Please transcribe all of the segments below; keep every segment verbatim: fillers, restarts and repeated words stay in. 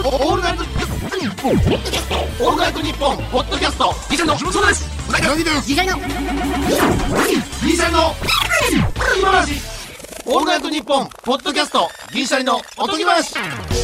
オールナイトニッポンオールナイトニッポンポッドキャストギシャリのそうですうなぎですギシャリのギシャリの今話オールナイトニッポンポッドキャストギシャリのおとぎ話。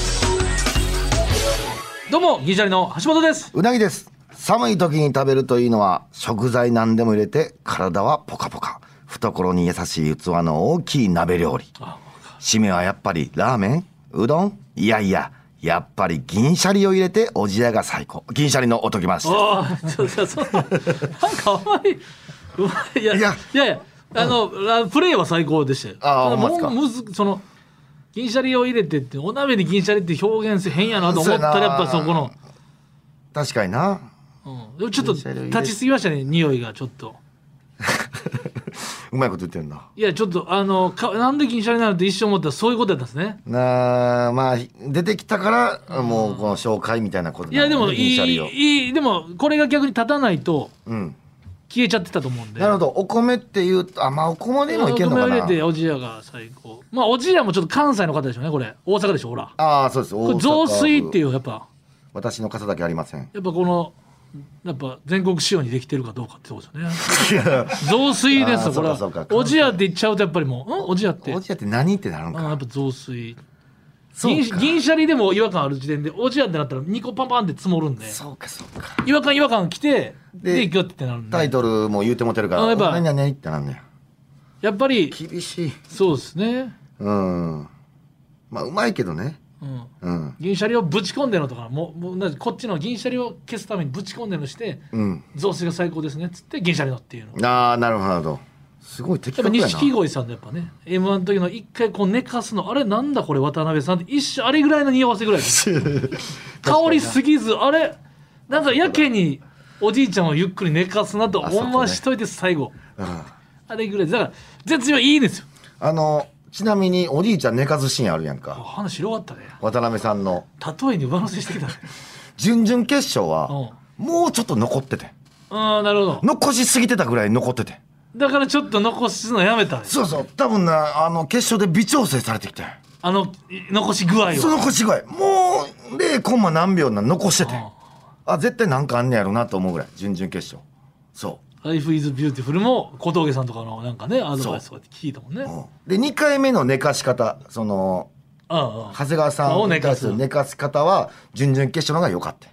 どうもギシャリの橋本です。 うなぎです。寒い時に食べるといいのは食材何でも入れて体はポカポカ、懐に優しい器の大きい鍋料理。締めはやっぱりラーメン、うどん、いやいややっぱり銀シャリを入れておじやが最高。銀シャリのおとぎ話です。 ああ、そうそうそうなんかあんまりうまい。いやいやいやいやあの、うん、プレーは最高でしたよ。 ああ、ほんまですか。 むずその銀シャリを入れてってお鍋に銀シャリって表現変やなと思ったらやっぱそこの確かにな、 うん、でもちょっと立ちすぎましたね、匂いがちょっとうまいこと言ってるな。 いやちょっとあのかなんで銀シャリになるって一瞬思ったらそういうことだったんですね。 なあ、まあ出てきたからもうこの紹介みたいなこと、 ね、いやでもいいいいでもこれが逆に立たないと、うん、消えちゃってたと思うんで。 なるほど。お米っていうと、あ、まあお米でもいけるのかな。お米入れておじやが最高。まあおじやもちょっと関西の方でしょうね。これ大阪でしょ。ほら。 ああ、そうです。 これ雑炊っていうやっぱ私の傘だけありません。 やっぱこのやっぱ全国仕様にできてるかどうかってことですよね。雑炊ですよこれは。おじやって言っちゃうとやっぱりもう、うん、おじやっておじやって何ってなるんか。 あやっぱ雑炊。銀, 銀シャリでも違和感ある時点でおじやってなったらにこパンパンって積もるんで、 そうかそうか、 違和感違和感来てでギュッてなるんで、 タイトルも言うてもてるからやっぱ何々ってなんねや。 やっぱり厳しい。 そうですね。 うんまあうまいけどね、 うんうん、銀シャリをぶち込んでるのとかもうもうこっちの銀シャリを消すためにぶち込んでるのして、うん、雑炊が最高ですねっつって銀シャリのっていうの。 ああなるほど。すごい的確やな。 錦鯉さんのやっぱね エムワン の時の一回こう寝かすのあれなんだこれ渡辺さんって一瞬あれぐらいの匂わせぐらいです香りすぎずあれなんかやけにおじいちゃんをゆっくり寝かすなと思わしといて最後 あ,、ね、あれぐらいだから絶妙いいですよ。あのちなみにおじいちゃん寝かすシーンあるやんか。 話広がったね。 渡辺さんの例えに上乗せしてきたね。 準々決勝はもうちょっと残ってて、 あなるほど残しすぎてたぐらい残ってて、だからちょっと残すのやめた、ね、 そうそう多分なあの決勝で微調整されてきてあの残し具合をその残し具合もうゼロコンマ何秒な残してて あ, あ絶対なんかあんねやろなと思うぐらい準々決勝。そう Life is Beautiful も小峠さんとかのなんかねアドバイスとかって聞いたもんね、うん、 でにかいめの寝かし方そのああ長谷川さんに対する寝かし方は準々決勝の方が良かった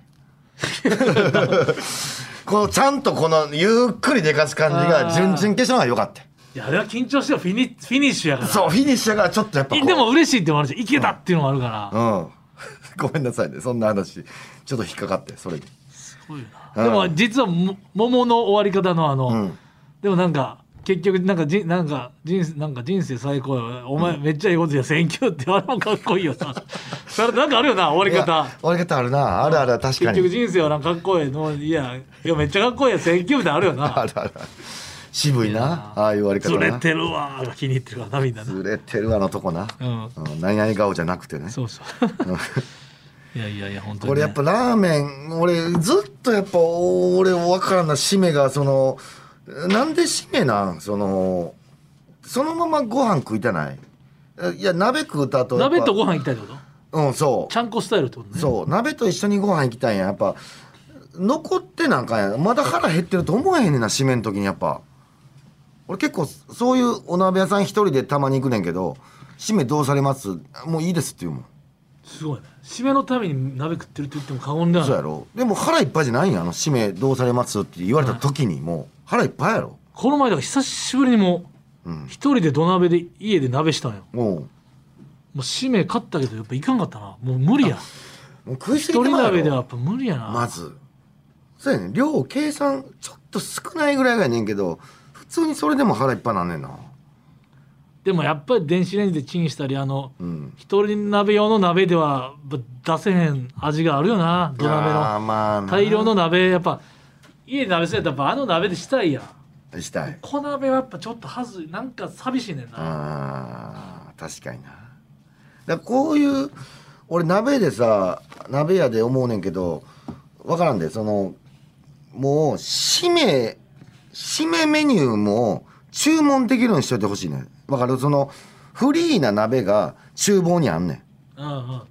このちゃんとこのゆっくり寝かす感じが準々決勝の方が良かった。 いやあれは緊張してフィニ、フィニッシュやからそうフィニッシュやからちょっとやっぱでも嬉しいってもあるしいけたっていうのもあるから、うん、 ごめんなさいねそんな話ちょっと引っかかってそれですごいな、うん、でも実はも桃の終わり方のあの、うん、でもなんか結局なんかじなんか人生なんか人生最高よお前、うん、めっちゃいいことやセンキューってあれもかっこいいよなそれなんかあるよな終わり方。 終わり方あるなあるある確かに結局人生はなんかかっこいいのいやいやめっちゃかっこいいやセンキューってあるよなあるある渋いなああいう終わり方な。 ずれてるわが気に入ってるからなみんななずれてるわのとこな、うんうん、何々顔じゃなくてね。 そうそういやいやいや本当に、ね、 これやっぱラーメン俺ずっとやっぱ俺分からんな締めがそのなんで締めなんそのそのままご飯食いたない。いや鍋食うた後鍋とご飯行きたいってこと。 うんそうちゃんこスタイルってことね。 そう鍋と一緒にご飯行きたいんや。やっぱ残ってなんかやまだ腹減ってると思わへんねんな締めん時に。やっぱ俺結構そういうお鍋屋さん一人でたまに行くねんけど締めどうされますもういいですって言うもん。 すごいね締めのために鍋食ってるって言っても過言ではない。 そうやろ。でも腹いっぱいじゃないんやあの締めどうされますって言われた時にもう腹いっぱいやろ。 この前だから久しぶりにもう一人で土鍋で家で鍋したんよ。もう締め買ったけどやっぱいかんかったな。もう無理や。 もう食いすぎてまうやろ。 一人鍋ではやっぱ無理やな。 まずそうやねん量計算ちょっと少ないぐらいがやねんけど普通にそれでも腹いっぱいなんねんな。 でもやっぱり電子レンジでチンしたりあの、うん、一人鍋用の鍋では出せへん味があるよな。土鍋の、まあ、大量の鍋やっぱ家で鍋するやったらあの鍋でしたいやん。 したい。 小鍋はやっぱちょっとはずいなんか寂しいねんな。 あ確かにな。だからこういう俺鍋でさ鍋屋で思うねんけど分からんでそのもう締め締めメニューも注文できるようにしといてほしいねん。分かる。そのフリーな鍋が厨房にあんねん。 うんうん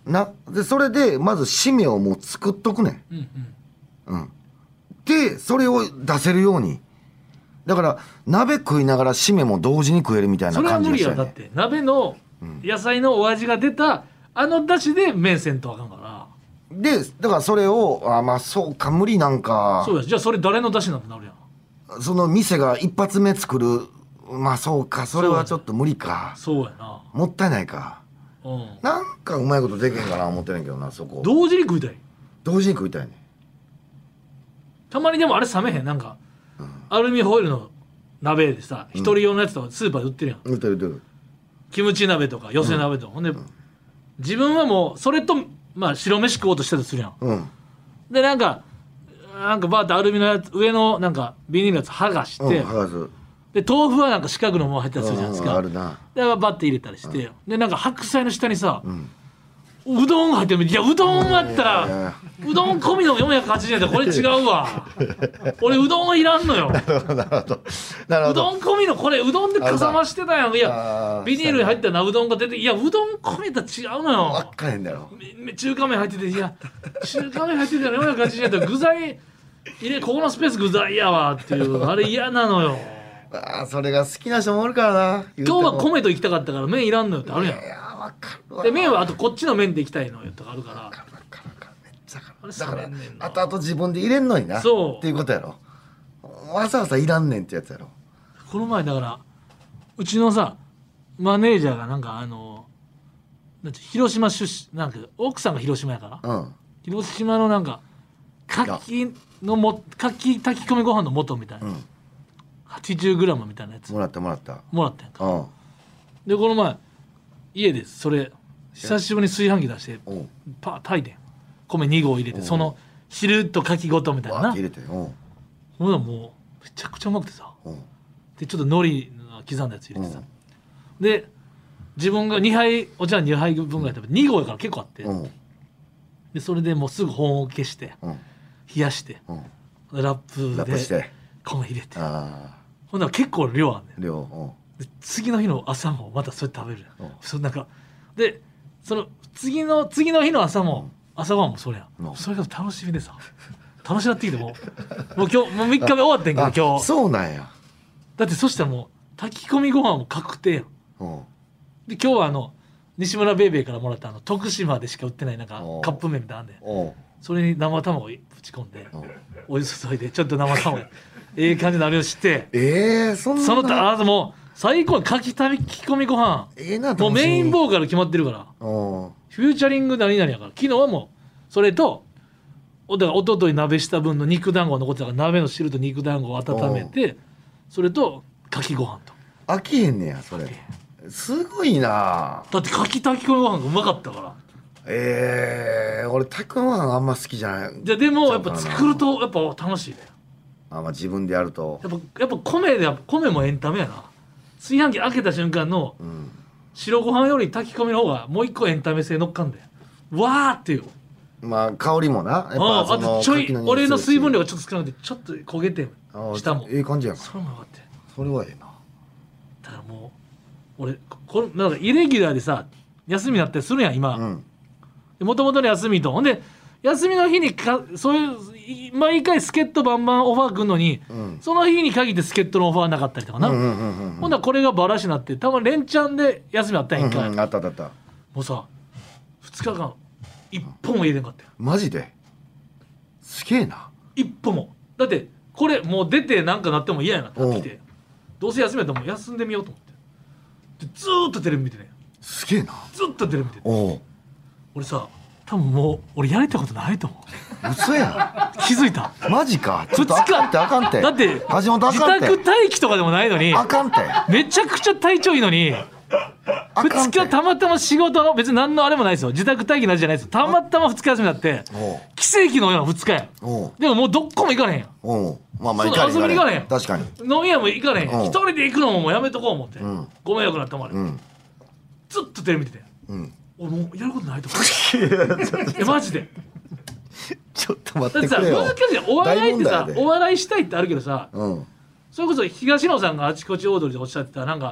なでそれでまず締めをもう作っとくねん、 うんうん、でそれを出せるようにだから鍋食いながら締めも同時に食えるみたいなそれは感じがしたよね。 無理やだって鍋の野菜のお味が出たあの出汁で麺せんとあかんからでだからそれをあまあそうか無理なんかそうやじゃあそれ誰の出汁なんてなるやんその店が一発目作るまあそうかそれはちょっと無理かそうやなもったいないか、 うん、 なんかうまいことできへんかな思ってんねんけどなそこ同時に食いたい同時に食いたいね。 たまにでもあれ冷めへんなんか、うん、アルミホイルの鍋でさ一、うん、人用のやつとかスーパーで売ってるやん売ってる売ってるキムチ鍋とか寄せ鍋とか、うん、ほんで、うん、自分はもうそれとまあ白飯食おうとしたとするやん、うん、でなんかなんかバーってアルミのやつ上のなんかビニールのやつ剥がして、うん、剥がすで豆腐はなんか四角のもの入ったりするじゃないですか、 うん、あるなでバッて入れたりして、うん、でなんか白菜の下にさ、うんうどんが入ってるいやうどんあったらうどん込みのよんひゃくはちじゅうえんでこれ違うわ俺うどんいらんのよなるほどなるほどうどん込みのこれうどんでかさ増してたやんいやビニールに入ったらうどんが出ていやうどん込みと違うのよ分かへんだろ中華麺入ってていや中華麺入ってたらよんひゃくはちじゅうえんで具材入れここのスペース具材やわっていうあれ嫌なのよあそれが好きな人もおるからな今日は米と行きたかったから麺いらんのよってあるやんで麺はあとこっちの麺でいきたいのよとかあるから分かる分かる分かるめっちゃ分かるだから後々自分で入れんのになそうっていうことやろわざわざいらんねんってやつやろこの前だからうちのさマネージャーがなんかあのなんて広島出身なんか奥さんが広島やから、うん、広島のなんか牡蠣のも牡蠣炊き込みご飯の素みたいな、うん、はちじゅうグラムみたいなやつもらったもらったもらったやんか、うん、でこの前家でそれ久しぶりに炊飯器出してパー炊いてん米に合入れてその汁と牡蠣ごとみたいな入れてほんならもうめちゃくちゃうまくてさでちょっと海苔の刻んだやつ入れてさで自分がにはいお茶にはい分ぐらい食べてに合やから結構あってでそれでもうすぐ保温を消して冷やしてラップで米入れてほんなら結構量あんねん量で次の日の朝もまたそれ食べるやん、うん、そなんかでその次の次の日の朝も、うん、朝ごはんもそれやん、うん、それが楽しみでさ楽しなってきてもうもう今日もうみっかめ終わってんけど今日そうなんやだってそしたらもう炊き込みご飯も確定やん、うん、で今日はあの西村ベイベーからもらったあの徳島でしか売ってないなんかカップ麺みたいなんでそれに生卵ぶち込んでお湯注いでちょっと生卵ええ感じになるようにしてえー、そんなそのたあもう最高かき炊き込みご飯、 えー、なもうメインボーカル決まってるからフューチャリング何々やから昨日はもうそれとだから一昨日鍋した分の肉団子残ってたから鍋の汁と肉団子を温めてそれとかきご飯と飽きへんねやそれすごいなだってかき炊き込みご飯がうまかったからえー、俺炊き込みご飯あんま好きじゃないじゃでもやっぱ作るとやっぱ楽しいねあ、まあ、自分でやるとやっぱやっぱ米でやっぱ米もエンタメやな炊飯器開けた瞬間の白ご飯より炊き込みの方がもう一個エンタメ性乗っかんでわーっていうまあ香りもなやっぱああとちょい俺の水分量がちょっと少なくてちょっと焦げて下もええ感じやんそれもよかったそれはええなだからもう俺これなんかイレギュラーでさ休みになったりするやん今もともとの休みとほんで休みの日にかそういう毎回助っ人バンバンオファー来るのに、うん、その日に限って助っ人のオファーなかったりとかな、うんうんうんうん、ほんならこれがバラシになってたまに連チャンで休みあったやんか、うんうん、 あったあったあったもうさふつかかん一本も入れんかったよマジですげえな一本もだってこれもう出てなんかなっても嫌やなって来てどうせ休みやったらもう休んでみようと思ってでずーっとテレビ見てねすげえなずっとテレビ見てて俺さ多分もう俺やれたことないと思う嘘や気づいたマジかちょっとあかんってあかんってだって自宅待機とかでもないのにあかんってめちゃくちゃ体調いいのにふつかたまたま仕事の別に何のあれもないですよ自宅待機の味じゃないですよたまたまふつか休みになって奇跡のようなふつかやでももうどっこも行かれへんやんまあまあ行かれへん遊びに行かれへん確かに飲み屋も行かれへん一人で行くのももうやめとこう思って、うん、ご迷惑なってもらう、うん、ずっとテレビ見てて、うん俺もうやることないと思うえマジでちょっと待ってくれよだってさ難しいお笑いってさお笑いしたいってあるけどさ、うん、それこそ東野さんがあちこちオードリーでおっしゃってたなんか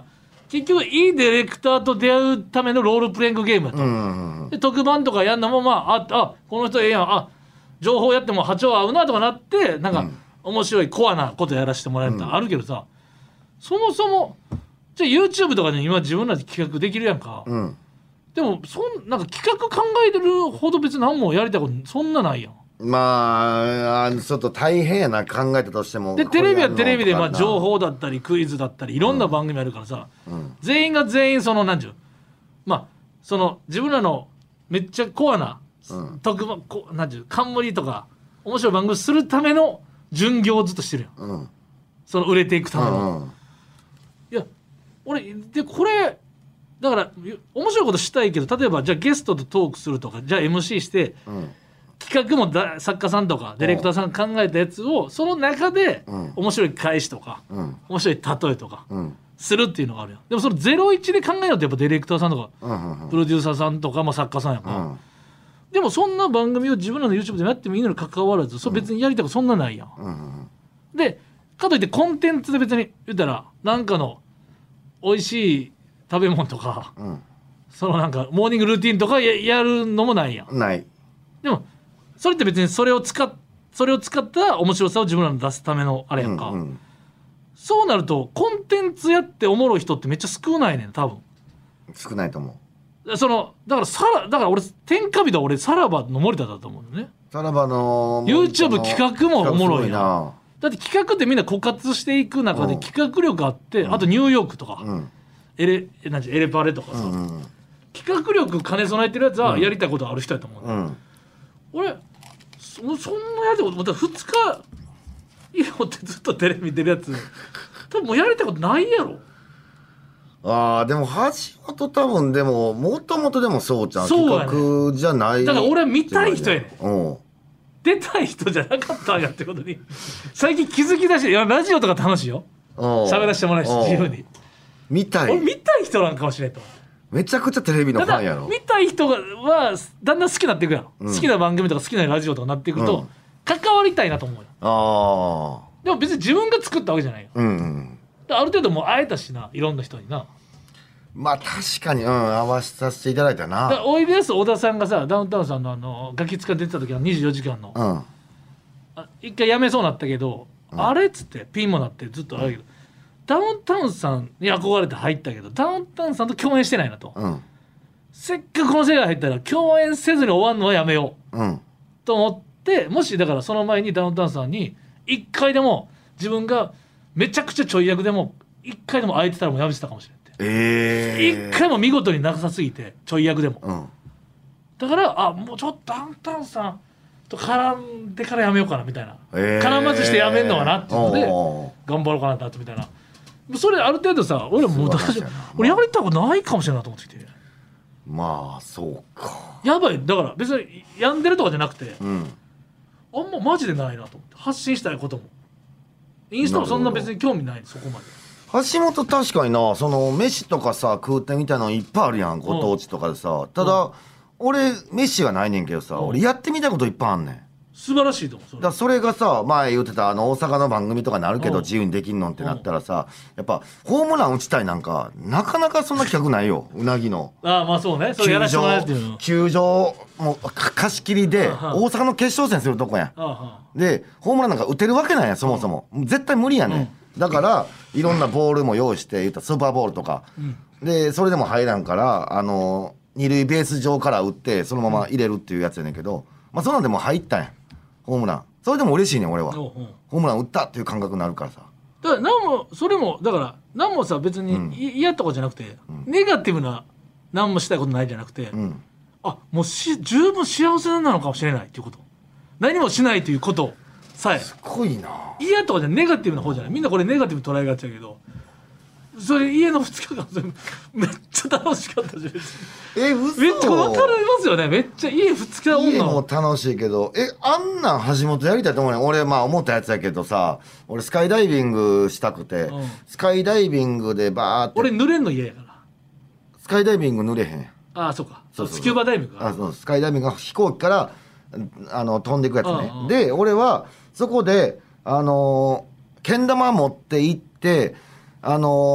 結局いいディレクターと出会うためのロールプレイングゲームだと、 うんで特番とかやんのもまあああこの人ええやんあ情報やっても波長合うなとかなってなんか、うん、面白いコアなことやらせてもらえるってあるけどさ、うん、そもそもじゃあ YouTube とかで今自分らで企画できるやんか、うん、でもそんなんか企画考えてるほど別に何もやりたいことそんなないやん。 まあちょっと大変やな考えたとしても。 でテレビはテレビでまあ情報だったりクイズだったりいろんな番組あるからさ、うん、全員が全員その何ていうまあその自分らのめっちゃコアな、うん、特番こ何ていう冠とか面白い番組するための巡業をずっとしてるやん、うん、その売れていくための、うん、いや俺でこれだから面白いことしたいけど例えばじゃあゲストとトークするとかじゃあ エムシー して、うん企画もだ作家さんとかディレクターさんが考えたやつをその中で面白い返しとか、うん、面白い例えとかするっていうのがあるやん。でもそのゼロイチで考えようってやっぱディレクターさんとか、うんうん、プロデューサーさんとかも作家さんやから、うん、でもそんな番組を自分らの YouTube でやってもいいのに関わらずそれ別にやりたくそんなないやん、うんうん、でかといってコンテンツで別に言ったらなんかの美味しい食べ物とか、うん、そのなんかモーニングルーティンとか や, やるのもないやん。 ない。 でもそれって別にそれを使っそれを使った面白さを自分らの出すためのあれやんか、うんうん、そうなるとコンテンツやっておもろい人ってめっちゃ少ないねん多分。 少ないと思う。そのだからさらだから俺天下人は俺さらばの森田だと思うのね。 さらばの YouTube 企画もおもろいな。だって企画ってみんな枯渇していく中で企画力あって、うん、あとニューヨークとか、うん、エレなんエレパレとかさ、うんうん、企画力兼ね備えてるやつはやりたいことある人やと思う、うん、俺そ, そんなやつまたふつか以上ってずっとテレビ見てるやつ多分もうやりたいことないやろ。 あーでも橋本多分でももともとでもそうじゃん企画じゃない、ね、 だから俺は見たい人やねん。出たい人じゃなかったんやってことに最近気づきだしていやラジオとか楽しいよ喋らせてもらうし自由に見たい俺見たい人なんかもしれんとめちゃくちゃテレビのファンやろ。 見たい人がはだんだん好きになっていくやん、うん、好きな番組とか好きなラジオとかなっていくと、うん、関わりたいなと思うよ。あでも別に自分が作ったわけじゃないよ、うんうん、ある程度もう会えたしないろんな人にな。 まあ確かに、うん、会わさせていただいたな。だおいでやす小田さんがさダウンタウンさんのあのガキ使出てた時のにじゅうよじかんの、うん、あ一回辞めそうになったけど、うん、あれっつってピンもなってずっとあるけど、うん、ダウンタウンさんに憧れて入ったけどダウンタウンさんと共演してないなと、うん、せっかくこの世界入ったら共演せずに終わるのはやめよう、うん、と思ってもしだからその前にダウンタウンさんに一回でも自分がめちゃくちゃちょい役でも一回でも会えてたらもうやめてたかもしれない。えー、一回も見事になさすぎてちょい役でも、うん、だからあもうちょっとダウンタウンさんと絡んでからやめようかなみたいな、えー、絡まずしてやめんのかなっていうので頑張ろうかなってみたいな。それある程度さ俺もう大丈夫俺やりたいことないかもしれないなと思ってきて。 まあそうかやばいだから別に病んでるとかじゃなくて、うん、あんまマジでないなと思って発信したいこともインスタもそんな別に興味ないそこまで。 橋本確かになその飯とかさ食うてみたいなのいっぱいあるやんご当地とかでさ、うん、ただ、うん、俺飯がないねんけどさ、うん、俺やってみたいこといっぱいあんねん。 素晴らしいと思う。それだそれがさ前言ってたあの大阪の番組とかになるけど、うん、自由にできんのってなったらさやっぱホームラン打ちたいなんかなかなかそんな企画ないようなぎのああまあそうねそれやらせてもらえるっていうの球場もう貸し切りで大阪の決勝戦するとこやんでホームランなんか打てるわけないやんそもそも、うん、絶対無理やねん、うんだからいろんなボールも用意して言ったスーパーボールとか、うん、でそれでも入らんからあの二塁ベース上から打ってそのまま入れるっていうやつやねんけど、まあ、そんなんでも入ったんやホームランそれでも嬉しいねん俺は、うんうん、ホームラン打ったっていう感覚になるからさだから何もそれもだから何もさ別に嫌、うん、とかじゃなくて、うん、ネガティブな何もしたいことないじゃなくて、うん、あもうし十分幸せなのかもしれないっていうこと何もしないということさえすごいな嫌とかじゃネガティブな方じゃないみんなこれネガティブ捉えがちやけどそれ家のふつかかんめっちゃ楽しかったじゃんえ嘘めっちゃ分かりますよねめっちゃ家ふつか家も楽しいけどえあんなん橋本やりたいと思うね俺まあ思ったやつやけどさ俺スカイダイビングしたくて、うん、スカイダイビングでバーって俺濡れんの嫌やからスカイダイビング濡れへんああそうかそうスキューバダイビングあそうスカイダイビングが飛行機からあの飛んでいくやつねで俺はそこであのー、けん玉持って行ってあのー、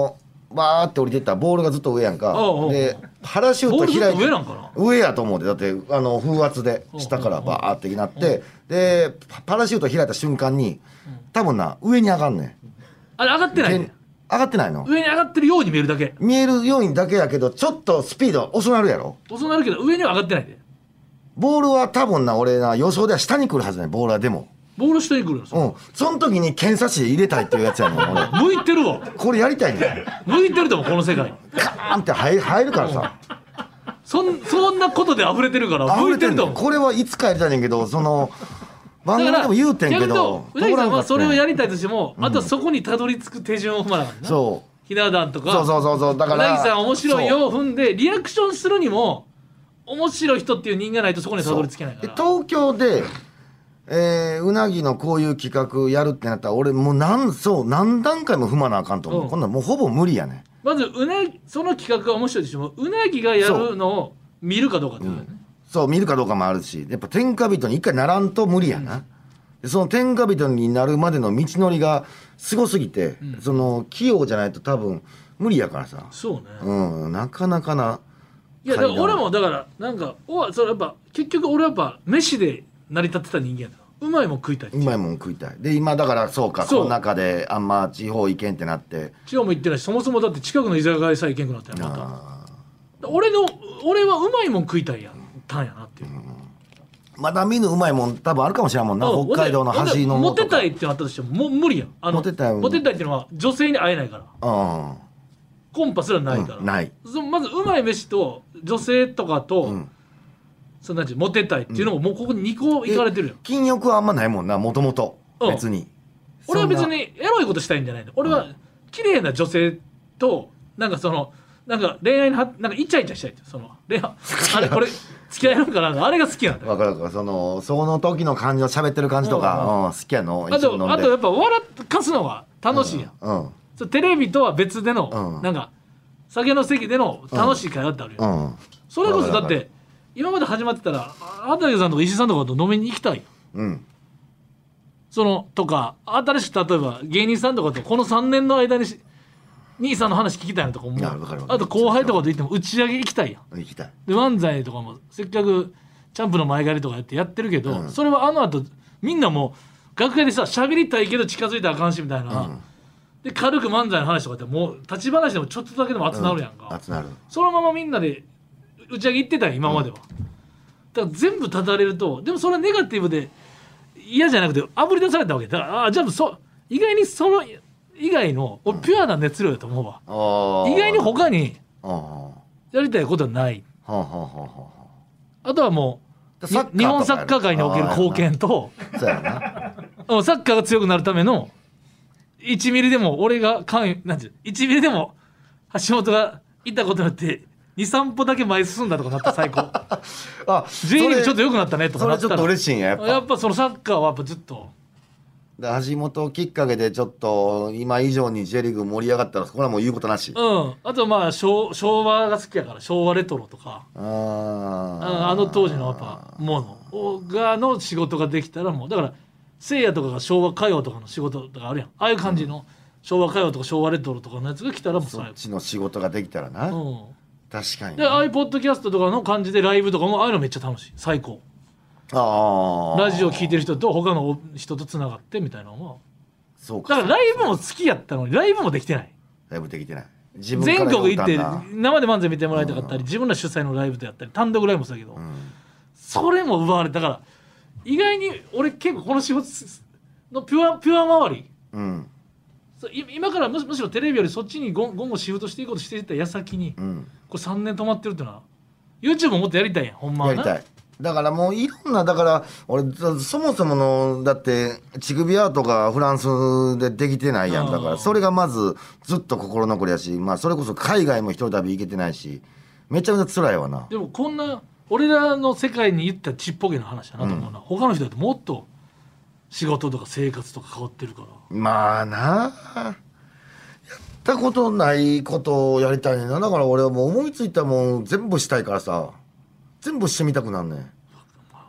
バーって降りてったらボールがずっと上やんか。 おうおうでパラシュート開いてボールずっと上なんかな。 上やと思うで、だってあの風圧で下からバーってなって、でパラシュート開いた瞬間に多分な上に上がんねん。 あれ上がってないね。 上がってないの。 上に上がってるように見えるだけ。 見えるようにだけやけど、ちょっとスピード遅なるやろ。 遅なるけど上には上がってないで。 ボールは多分な、俺な予想では下に来るはずね、ボールは。でもボール下に来るよ。 うん、その時に検査紙入れたいっていうやつやねん俺。 向いてるわ。 これやりたいねん。 向いてると思う、この世界。 カーンって入入るからさ。 そんそんなことで溢れてるから向いてると思う。 これはいつかやりたいねんけど、その番組でも言うてんけど、 うなぎさんはそれをやりたいとしても、あとはそこにたどり着く手順を踏まなかったな。 そうひな壇とか、 そうそうそうそう、だからうなぎさん面白いよを踏んでリアクションするにも面白い人っていう人がないとそこにたどり着けないから。 東京で、えー、うなぎのこういう企画やるってなったら俺もう何そう何段階も踏まなあかんと思う、 うん、 こんなんもうほぼ無理やね。 まずうなぎその企画が面白いでしょ。うなぎがやるのを見るかどうかってことだよね。 そう、そう見るかどうかもあるし、やっぱ天下人に一回ならんと無理やな、うん、でその天下人になるまでの道のりがすごすぎて、うん、その器用じゃないと多分無理やからさ。 そうね、 うん、なかなかな。 いやだから俺もだからなんかおそれやっぱ結局俺はやっぱ飯で成り立ってた人間だ。うまいもん食いたい。 うまいもん食いたい。で今だからそうか、コロナ禍であんま地方行けんってなって。 地方も行ってないし、そもそもだって近くの居酒屋さえ行けんくなったよまた。俺の俺はうまいもん食いたいやんたんやなっていう、うん、 まだ見ぬうまいもん多分あるかもしれんもんな。北海道の端のモテたいってなったとしてももう無理やん。あのモテたいモテたいっていうのは女性に会えないから、うん、コンパすらないから、うん、 ない。 そまずうまい飯と女性とかと、うん、そんなモテたいっていうのももうここににこいかれてるよ、うん、 禁欲はあんまないもんな、もともと別に、うん、 俺は別にエロいことしたいんじゃないの。俺は綺麗な女性となんかそのなんか恋愛のはなんかイチャイチャしたいって、その恋愛あれこれ付き合えるからあれが好きなんだよ。 分かる分かる。そのその時の感じを喋ってる感じとか、うんうん、好きやの。 あとあとやっぱ笑かすのが楽しいやん、うんうん、そテレビとは別での、うん、なんか酒の席での楽しい会話ってあるよ、うんうん、それこそだって今まで始まってたら畑さんとか石井さんとかと飲みに行きたいよ、うん、そのとか新しく例えば芸人さんとかとこのさんねんの間に兄さんの話聞きたいなとか思う。あと後輩とかと行っても打ち上げ行きたいやん。 行きたい。 で漫才とかもせっかくチャンプの前借りとかやってやってるけど、うん、それはあの後みんなもう楽屋でさ喋りたいけど近づいたらあかんしみたいな、うん、で軽く漫才の話とかってもう立ち話でもちょっとだけでも熱なるやんか、 うん、熱なる。そのままみんなで打ち上げ行ってたん今までは、うん、だから全部立たれるとでもそれはネガティブで嫌じゃなくてあぶり出されたわけだから、あじゃあそ意外にその以外の俺ピュアな熱量だと思うわ、うん、意外に他にやりたいことはない、うん、あとはもう日本サッカー界における貢献とそうやなサッカーが強くなるためのいちミリでも俺が関与なんていういちミリでも橋本がいたことによってにさん歩だけ前進んだとかなったら最高あ J リーグちょっと良くなったねとかなったらそれちょっと嬉しいんややっぱやっぱそのサッカーはやっぱずっと橋本きっかけでちょっと今以上に J リーグ盛り上がったらこれはもう言うことなし。 うんあとまあ昭和が好きやから昭和レトロとか あ, あの当時のやっぱものがの仕事ができたらもうだからせいやとかが昭和歌謡とかの仕事とかあるやんああいう感じの昭和歌謡とか昭和レトロとかのやつが来たらもうそっちの仕事ができたらな、うん、確かに、ね、 でああいうポッドキャストとかの感じでライブとかもああいうのめっちゃ楽しい最高。あラジオ聴いてる人と他の人とつながってみたいなのはそうかだからライブも好きやったのにライブもできてないライブできてない自分全国行って生で漫才見てもらいたかったり、うん、自分ら主催のライブでやったり単独ライブもそうだけど、うん、それも奪われたから意外に俺結構この仕事のピュアピュア周り、うん、そう今からむしろテレビよりそっちに今後シフトしていこうとしていた矢先に、うん、これさんねん止まってるってのは YouTube ももっとやりたいやんほんまはなやりたいだからもういろんなだから俺そもそものだって乳首アートがフランスでできてないやんだからそれがまずずっと心残りやしまあそれこそ海外も一人旅行けてないしめちゃめちゃ辛いわな。 でもこんな俺らの世界に言ったちっぽけな話だなと思うな、うん、他の人だともっと仕事とか生活とか変わってるからまあなやったことないことをやりたいねんな。だから俺はもう思いついたもん全部したいからさ全部してみたくなんねん。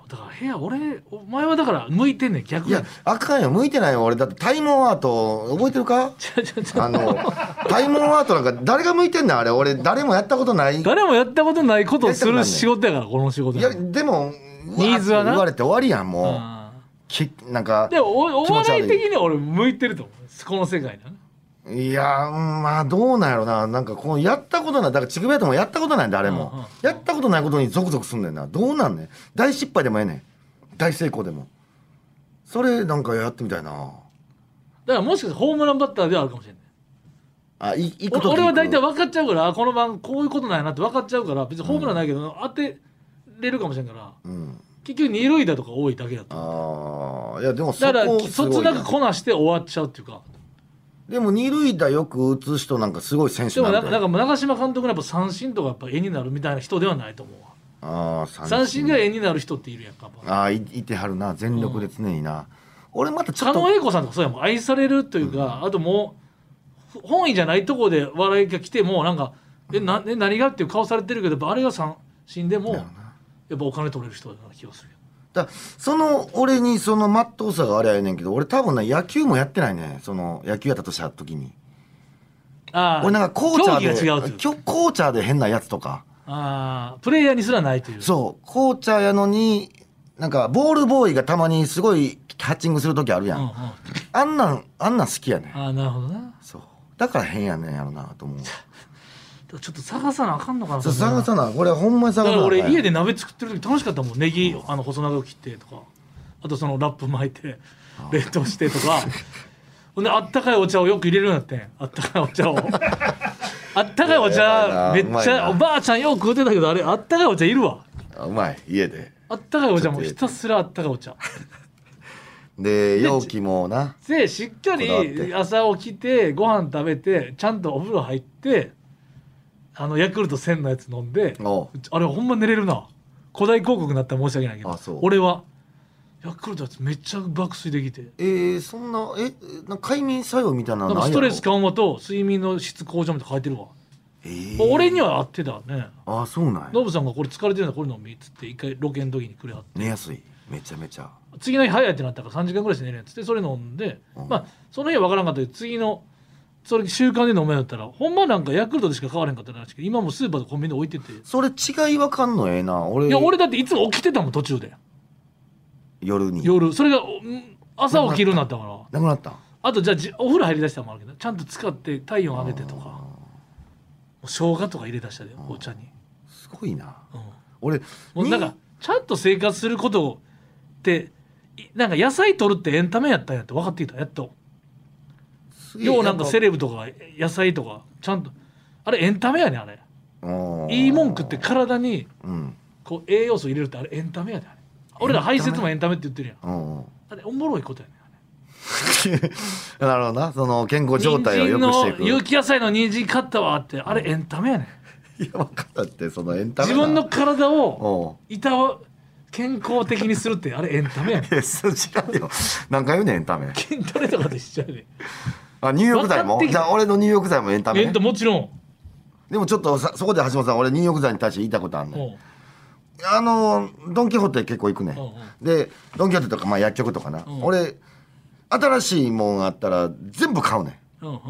だから部屋俺お前はだから向いてんねん逆に。 いやあかんよ向いてないよ俺だってタイムアート覚えてるかちょちょちょあのタイムアートなんか誰が向いてんねんあれ俺誰もやったことない。 誰もやったことないことをする仕事やからこの仕事いやでもニーズはな言われて終わりやんもう、 うん、 きなんかでもおお笑い的には俺向いてると思うこの世界な。 いやーまあどうなんやろななんかこのやったことないだからちくべやともやったことない誰も、うんうん、やったことないことにゾクゾクすんねんな。どうなんねん大失敗でもええねん大成功でもそれなんかやってみたいな。だからもしかしてホームランバッターではあるかもしれない。 あい行くと俺は大体分かっちゃうからこの番こういうことなんやなって分かっちゃうから別にホームランないけど、うん、当てれるかもしれんから、うん、結局二塁打とか多いだけだと。 ああいやでもそこだからそつなくこなして終わっちゃうっていうか。 でも二塁打よく打つ人なんかすごい選手なんで。 でもなんか長嶋監督のやっぱ三振とかやっぱ絵になるみたいな人ではないと思うわ。あ三, 三振が絵になる人っているやんか。 ああ い, いてはるな全力で常にな、うん、俺またちょっと狩野英孝さんとかそうやもん愛されるというか、うん、あともう本意じゃないとこで笑いが来てもなんかえなえ何がっていう顔されてるけどあれが三振でもやっぱお金取れる人だな気がする。 だその俺にそのまっとうさがあれやねんけど俺多分ね野球もやってないね。その野球やったとした時にあ俺なんかコーチャーでコーチャーで変なやつとかあプレイヤーにすらないという。 そうコーチャーやのになんかボールボーイがたまにすごいハッチングする時あるやん、うんうん、あんなんあんなん好きやねん。 あなるほどな。 そうだから変やねんやろなと思う。 ちょっと探さなあかんのかな。 探さなこれほんまに探さな。 だから俺家で鍋作ってる時楽しかったもん。ネギあの細長く切ってとかあとそのラップ巻いて冷凍してとかほんであったかいお茶をよく入れるようになってん。あったかいお茶をあったかいお茶めっちゃおばあちゃんよく食うてたけどあれあったかいお茶いるわ。 うまい家であったかいお茶もひたすらあったかいお茶で容器もなでしっかり朝起きてご飯食べてちゃんとお風呂入ってあのヤクルトせんのやつ飲んであれほんま寝れるな。古代広告になったら申し訳ないけど俺はヤクルトのやつめっちゃ爆睡できてえー、そんなえな快眠作用みたいなのなんかストレス緩和と睡眠の質向上みたいな書いてるわ、えー、俺には合ってたね。 あそうなんや。 ノブさんがこれ疲れてるんだこれ飲みっつって一回ロケの時にくれはって寝やすいめちゃめちゃ次の日早いってなったからさんじかんぐらいして寝るやつってそれ飲んで、うん、まあその日は分からんかったけど次のそれ習慣で飲めよったらほんまなんかヤクルトでしか買われんかったらしく今もスーパーとコンビニで置いててそれ違いわかんのええな。俺いや俺だっていつも起きてたもん途中で夜に夜それが朝起きるようになったからなくなった。 あとじゃあお風呂入りだしたのもあるけどちゃんと使って体温上げてとか生姜とか入れ出したでお茶にすごいな、 うん、 俺もうなんかちゃんと生活することってなんか野菜取るってエンタメやったんやって分かってきたやっと。ようなんかセレブとか野菜とかちゃんとあれエンタメやねあれ。いいもん食って体にこう栄養素入れるってあれエンタメやねあれ。俺ら排泄もエンタメって言ってるやん。あれおもろいことやねあれなるほどな。その健康状態を良くしていく。 有機野菜の人参買ったわってあれエンタメやねん。いや分かったってそのエンタメ自分の体をいたわ健康的にするってあれエンタメやねん。 いやそ違うよ何回言うねんエンタメ。 筋トレとかでしちゃうねあ入浴剤もじゃあ俺の入浴剤もエンタメ、 ね、もちろん。 でもちょっとさそこで橋本さん俺入浴剤に対して言いたことあるねん。あのドン・キホーテ結構行くね、うんうん、でドン・キホーテとか、まあ、薬局とかな、うん、俺新しいもんあったら全部買うねん、うんうん、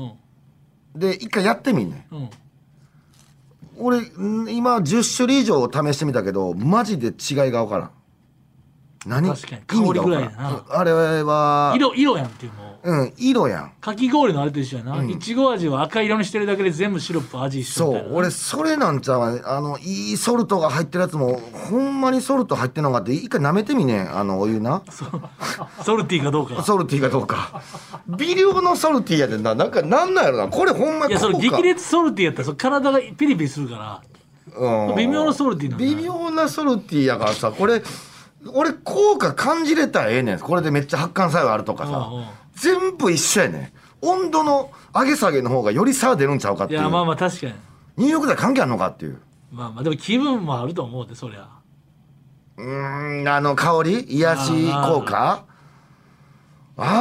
で一回やってみんねん、うん、俺今じゅっ種類以上試してみたけどマジで違いが分からん。何確かに香りぐらいやな。 あれは色色やんっていうのうん色やん。 かき氷のあれと一緒やな、うん、いちご味は赤色にしてるだけで全部シロップ味一緒みたいな。 そう俺それなんちゃうあのいいソルトが入ってるやつもほんまにソルト入ってんのかって一回舐めてみねんあのお湯なソルティーかどうかソルティーかどうか微量のソルティーやでな。なんかなんなんやろなこれほんまに。 いやそれ激烈ソルティーやったらそ体がピリピリするから、うん、微妙なソルティーなんだ。 微妙なソルティーやからさこれ俺効果感じれたらええねん。これでめっちゃ発汗作用あるとかさ、うんうん、全部一緒やねん。温度の上げ下げの方がより差出るんちゃうかっていう。 いやまあまあ確かに入浴剤関係あるのかっていう。 まあまあでも気分もあると思うでそりゃ。 うーんあの香り癒し効果あるか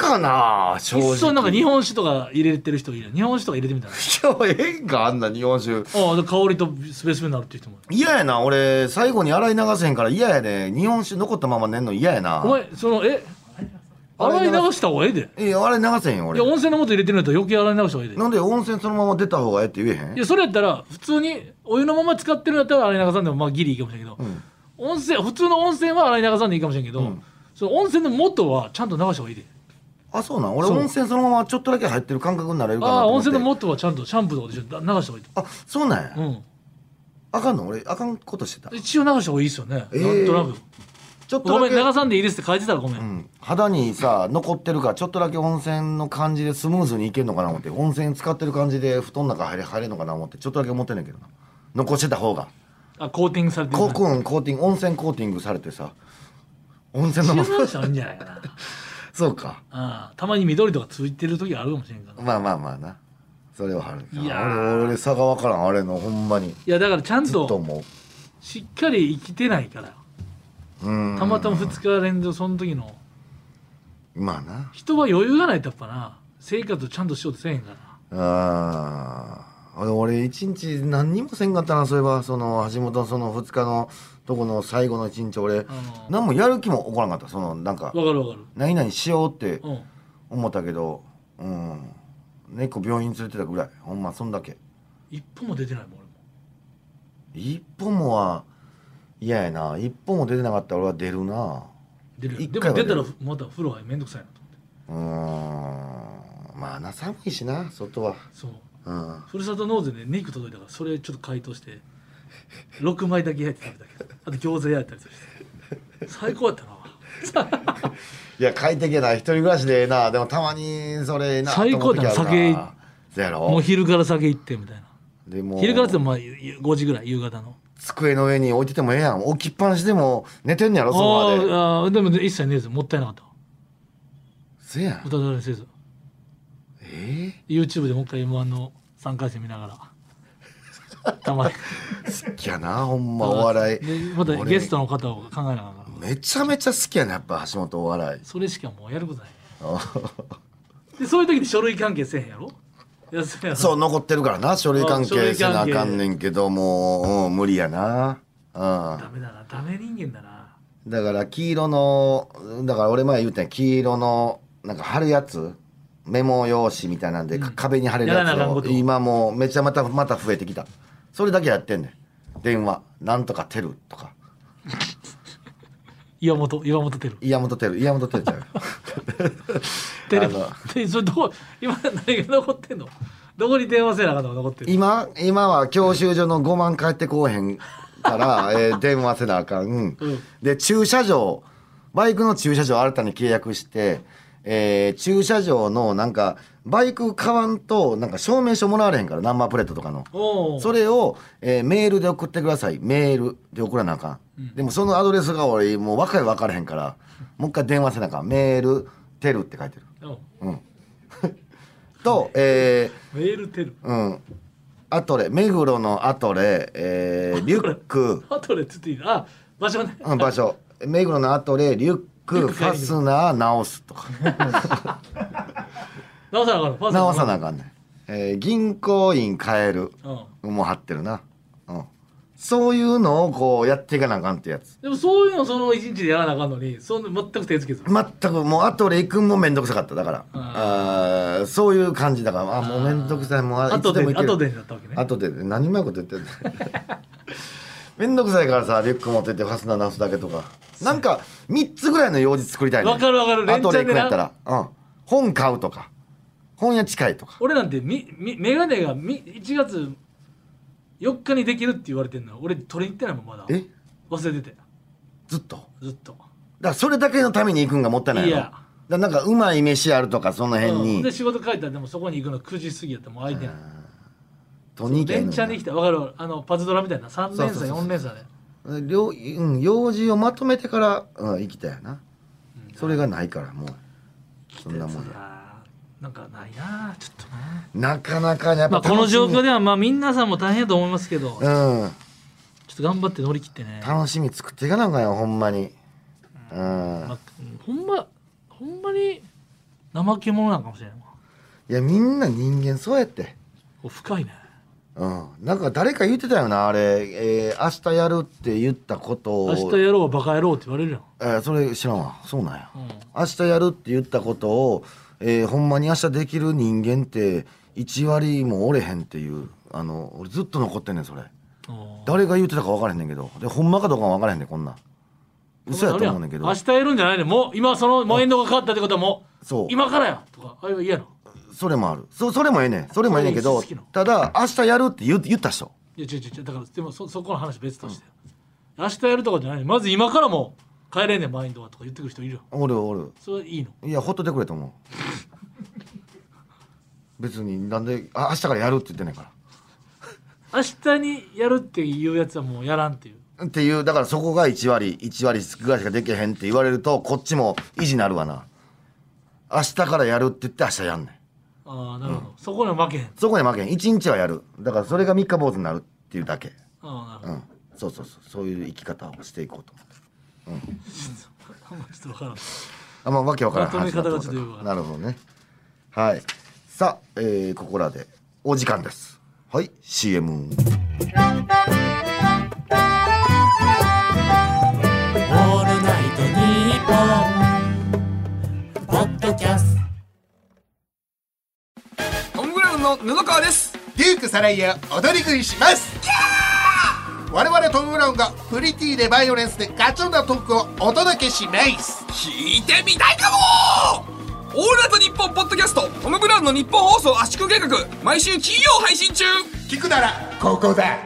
かな正直。 そうなんか日本酒とか入れてる人いる。日本酒とか入れてみたら。 いやええんかあんな日本酒。 ああ香りとスベスベになるっていう人も。 嫌やな俺最後に洗い流せへんから嫌やで。日本酒残ったまま寝んの嫌やな。 お前そのえ洗い流した方がええで。 いや洗い流せへんよ俺。 いや温泉の素入れてるんやったら余計洗い流した方がええで。 なんで温泉そのまま出た方がええって言えへん。 いやそれやったら普通にお湯のまま使ってるんやったら洗い流さんでもまあギリいいかもしれんけど、 うん、 温泉普通の温泉は洗い流さんでいいかもしれんけど、うん、その温泉の素はちゃんと流した方がいいで。 あそうなん俺温泉そのままちょっとだけ入ってる感覚になれるかなと思って。 ああ温泉の素はちゃんとシャンプーとかで流した方がいい。 あそうなんや、 うん、 あかんの俺あかんことしてた。 一応流した方がいいっすよね、えー、なんとなくちょっとごめん流さんでいいですって書いてたらごめん、うん、 肌にさ残ってるからちょっとだけ温泉の感じでスムーズにいけるのかな思って。温泉使ってる感じで布団の中入れ入れるのかな思ってちょっとだけ思ってんねんけどな。残してた方があコーティングされてる、 コーコーティング温泉コーティングされてさ温泉のまま流したらいいんじゃないかなそうかあたまに緑とかついてる時あるかもしれんから。 まあまあまあなそれはある。 いや俺俺差が分からんあれのほんまに。 いやだからちゃんずっとと思うしっかり生きてないから。 うんたまたまふつか連続その時のまあな人は余裕がないとやっぱな生活ちゃんとしようとせえへんからな。 ああ俺一日何にもせんかったな。そういえばその橋本そのふつかのとこの最後の一日俺何もやる気も起こらなかった。そのなんかわかるわかる何々しようってうん思ったけどうん猫病院連れてたぐらいほんまそんだけ。 一歩も出てないもん俺も。 一歩もは嫌やな。一歩も出てなかったら俺は出るな。 出る一回は出るでも出たらまた風呂入りめんどくさいなとうーんまあな寒いしな外は。 そううんふるさと納税で肉届いたからそれちょっと解凍してろくまいだけ焼いて食べたけどあと餃子焼いたりして最高やったないや快適やな一人暮らしでええな。でもたまにそれええな最高だな。酒そうやろもう昼から酒行ってみたいな。 でも昼からってまあごじぐらい夕方の机の上に置いててもええやん。置きっぱなしでも寝てんねやろそこまで。 ああでも一切ねえぞもったいなかった。 せやん歌だれせずええー、YouTube でもう一回 エムワン のさんかい戦見ながらたまに好きやなほんまお笑いでまたゲストの方を考えながらめちゃめちゃ好きやなやっぱ橋本お笑い。 それしかもうやることないでそういう時に書類関係せえへんやろ。いやそうやろそう残ってるからな書類関係せなあかんねんけどもう、うん、無理やな、うん、 ダメだなダメ人間だな。 だから黄色のだから俺前言うたんや黄色のなんか貼るやつメモ用紙みたいなんで、うん、壁に貼れるやつを今もうめちゃまたまた増えてきた。それだけやってんねん。電話なんとかテルとか岩本岩本テル岩本テル岩本テルちゃうテレビでそれどこ今何が残ってんの。どこに電話せなあかんのが残ってる。 今今は教習所のごまん返ってこうへんから、えー、電話せなあかん、うん、で駐車場バイクの駐車場新たに契約して、えー、駐車場のなんかバイク買わんとなんか証明書もらわれへんからナンバープレートとかのそれを、えー、メールで送ってください。メールで送らなあかん、うん、でもそのアドレスが俺もう分かる分からへんからもう一回電話せなあかん。メールテルって書いてるうんと、えー、メールテルうんアトレ目黒のアトレ、えー、リュックアトレって言っていいの。あ場所ね、 うん、場所目黒のアトレリュックファスナー直すとか直さなあかんの。 直さなあかんねん、えー、銀行員変える、うん、もう貼ってるな、うん、そういうのをこうやっていかなあかんってやつ。 でもそういうのその一日でやらなあかんのにそんな全く手つけず全くもうアトレ行くんもめんどくさかった。だからああそういう感じだからあもうめんどくさいもうあとでも後でだったわけね。 後で何うまいこと言ってんのめんどくさいからさリュック持ってってファスナー直すだけとかなんかみっつぐらいの用事作りたいね。 わかるわかる。 アトレ行くんやったら、うん、本買うとか本屋近いとか。 俺なんてみみメガネがみいちがつよっかにできるって言われてんの俺取りに行ってないもんまだ。 え忘れててずっとずっとだからそれだけのために行くんがもったいないの。いやだなんかうまい飯あるとかその辺に、 うん、で仕事帰ったらでもそこに行くのくじ過ぎやったらもう空いてない。 とにかく連チャンに来た分かるあのパズドラみたいなさん連鎖よん連鎖で用、うん、用事をまとめてから、うん、行きたいな、うん、それがないからもうそんなもんやなんかないなちょっとななかなかやっぱ、 まあ、この状況ではまあ皆さんも大変だと思いますけど、うん、ちょっと頑張って乗り切ってね楽しみ作っていかなあかんよほんまに、うん、うんまあ、ほんまほんまに怠け者なんかもしれない。 いやみんな人間そうやって。 深いね。 うん、なんか誰か言ってたよなあれ、えー、明日やるって言ったことを明日やろうバカやろうって言われるやん。 えー、それ知らんわ。そうなんや、 うん、 明日やるって言ったことを、えー、ほんまに明日できる人間っていち割もおれへんっていう、あの俺ずっと残ってんねんそれ。誰が言ってたか分からへんねんけど、でほんまかどうか分からへんねんこんなん嘘やと思うねんけど。 明日やるんじゃないねん。もう今そのもうエンドが変わったってことはもうそう今からやとかあれは嫌なの。 それもある。 そ, それもええねんそれもええねんけど、ただ明日やるって 言, 言った人いや違う違うだからでも そ, そこの話別として、うん、明日やるとかじゃない。まず今からも帰れんねんマインドはとか言ってくる人いるよ。 おるおる。 それいいの。 いやほっといてくれと思う別になんであ明日からやるって言ってんねんから明日にやるっていうやつはもうやらんっていうっていうだからそこがいち割いち割ぐらいしかできへんって言われるとこっちも意地なるわな。明日からやるって言って明日やんねん。 ああなるほど、うん、そこには負けへん。 そこには負けへん。いちにちはやる。だからそれが三日坊主になるっていうだけ。 ああなるほど、 うん、そうそうそうそういう生き方をしていこうと思って、うん、 あんまちょっと分からん。 あんまわけわからんまとめ方がちょっとよくわからん。 なるほどね。はいさあ、えー、ここらでお時間です。はい シーエム オールナイトニッポンポッドキャスト。トム・ブラウンの布川です。 デューク・サライヤ踊り食いします。我々トム・ブラウンがプリティでバイオレンスでガチョンなトークをお届けします。 聞いてみたいかも。オールナイトニッポンポッドキャストトム・ブラウンの日本放送圧縮計画毎週金曜配信中。 聞くならここだ。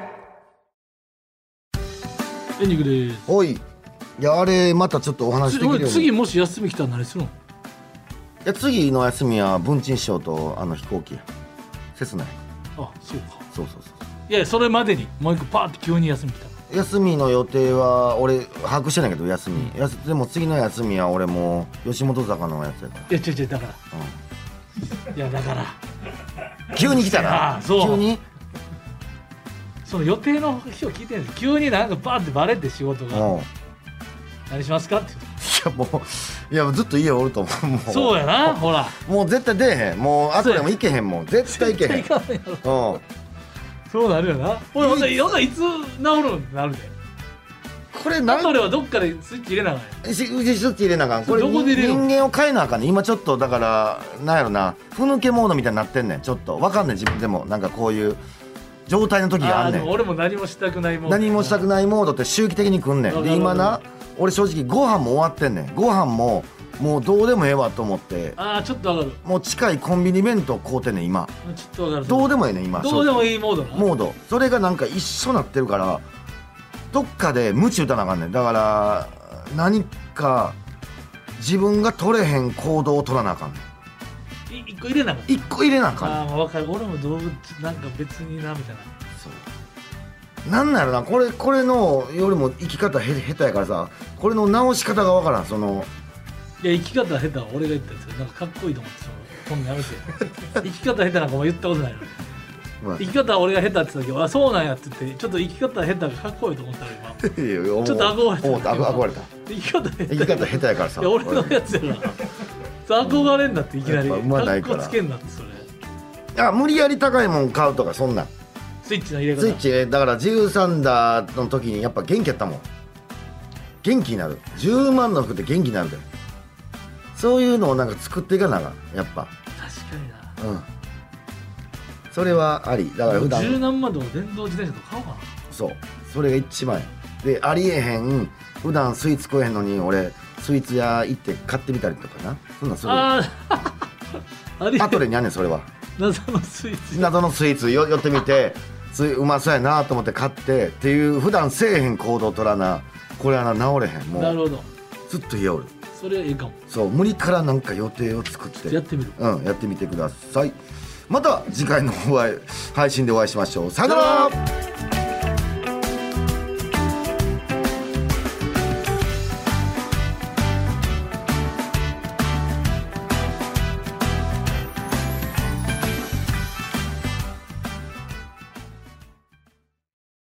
エンディングです。 おいいやあれまたちょっとお話できるように。 次もし休み来たら何するの。いや次の休みは文鎮師匠とあの飛行機やせすない。 あそうか。 そうそうそう。 いやそれまでにもう一個パーって急に休み来た。 休みの予定は俺把握してないけど休みやすでも次の休みは俺もう吉本坂のやつやから。 いや違う違うだから、うん、いやだから急に来たな。 あそう急にその予定の日を聞いてるんです。急になんかバーってバレて仕事が何しますかっていやもういやずっと家おると思う。もうそうやなほらもう絶対出えへん。もう後でも行けへんもん絶対行けへん。 絶対行かないやろ。うんそうなるよな。ほらほんでいつ治るんなるで。 これなん後ではどっかでスイッチ入れなあかんやん。 しスイッチ入れなあかん。これ人間を変えなあかんね。今ちょっとだからなんやろなふぬけモードみたいになってんねん。ちょっとわかんねん自分でもなんかこういう状態の時があんねん。 あでも俺も何もしたくないモード。 何もしたくないモードって周期的にくんねん。で今な俺正直ご飯も終わってんねん。ご飯ももうどうでもええわと思ってああちょっとわかる。 もう近いコンビニ弁当買うてんねん今。 ちょっとわかる。 どうでもええねん今。 どうでもいいモードなモードそれがなんか一緒なってるからどっかで鞭打たなあかんねん。だから何か自分が取れへん行動を取らなあかんねん。 い一個入れなあかん。 一個入れなあかんねん。 ああ分かる。俺も動物なんか別になみたいな。 そうなんなんやろなこれこれのよりも生き方へ下手やからさこれの直し方がわからん。そのいや生き方下手は俺が言ったやつなんかかっこいいと思ってそのこんなんやめて生き方下手なんかお前言ったことないのに、まあ、生き方は俺が下手って言った時あそうなんやって言ってちょっと生き方下手がかっこいいと思ったら今ちょっと憧れた。 思った憧れた。 生き方下手生き方下手やからさいや俺のやつやな憧れんなっていきなりかっこつけんなってそれ。 いや無理やり高いもん買うとかそんなんスイッチの入れ方スイッチだからじゅうさん打の時にやっぱ元気やったもん。元気になるじゅうまんの服って元気になるでそういうのをなんか作っていかなあかんやっぱ。 確かにな。 うんそれはありだから普段十何万とか電動自転車とか買おうかな。 そうそれが一番やでありえへん普段スイーツ食えへんのに俺スイーツ屋行って買ってみたりとかなそんなんする。 ああ後でにゃんねんそれは謎のスイーツ謎のスイーツよ寄ってみてついうまそうやなと思って買ってっていう普段せえへん行動取らなこれはな治れへんもうなるほどずっと家おる。 それはいいかも。 そう無理からなんか予定を作ってやってみる。 うんやってみてください。また次回の配信でお会いしましょう。さよなら。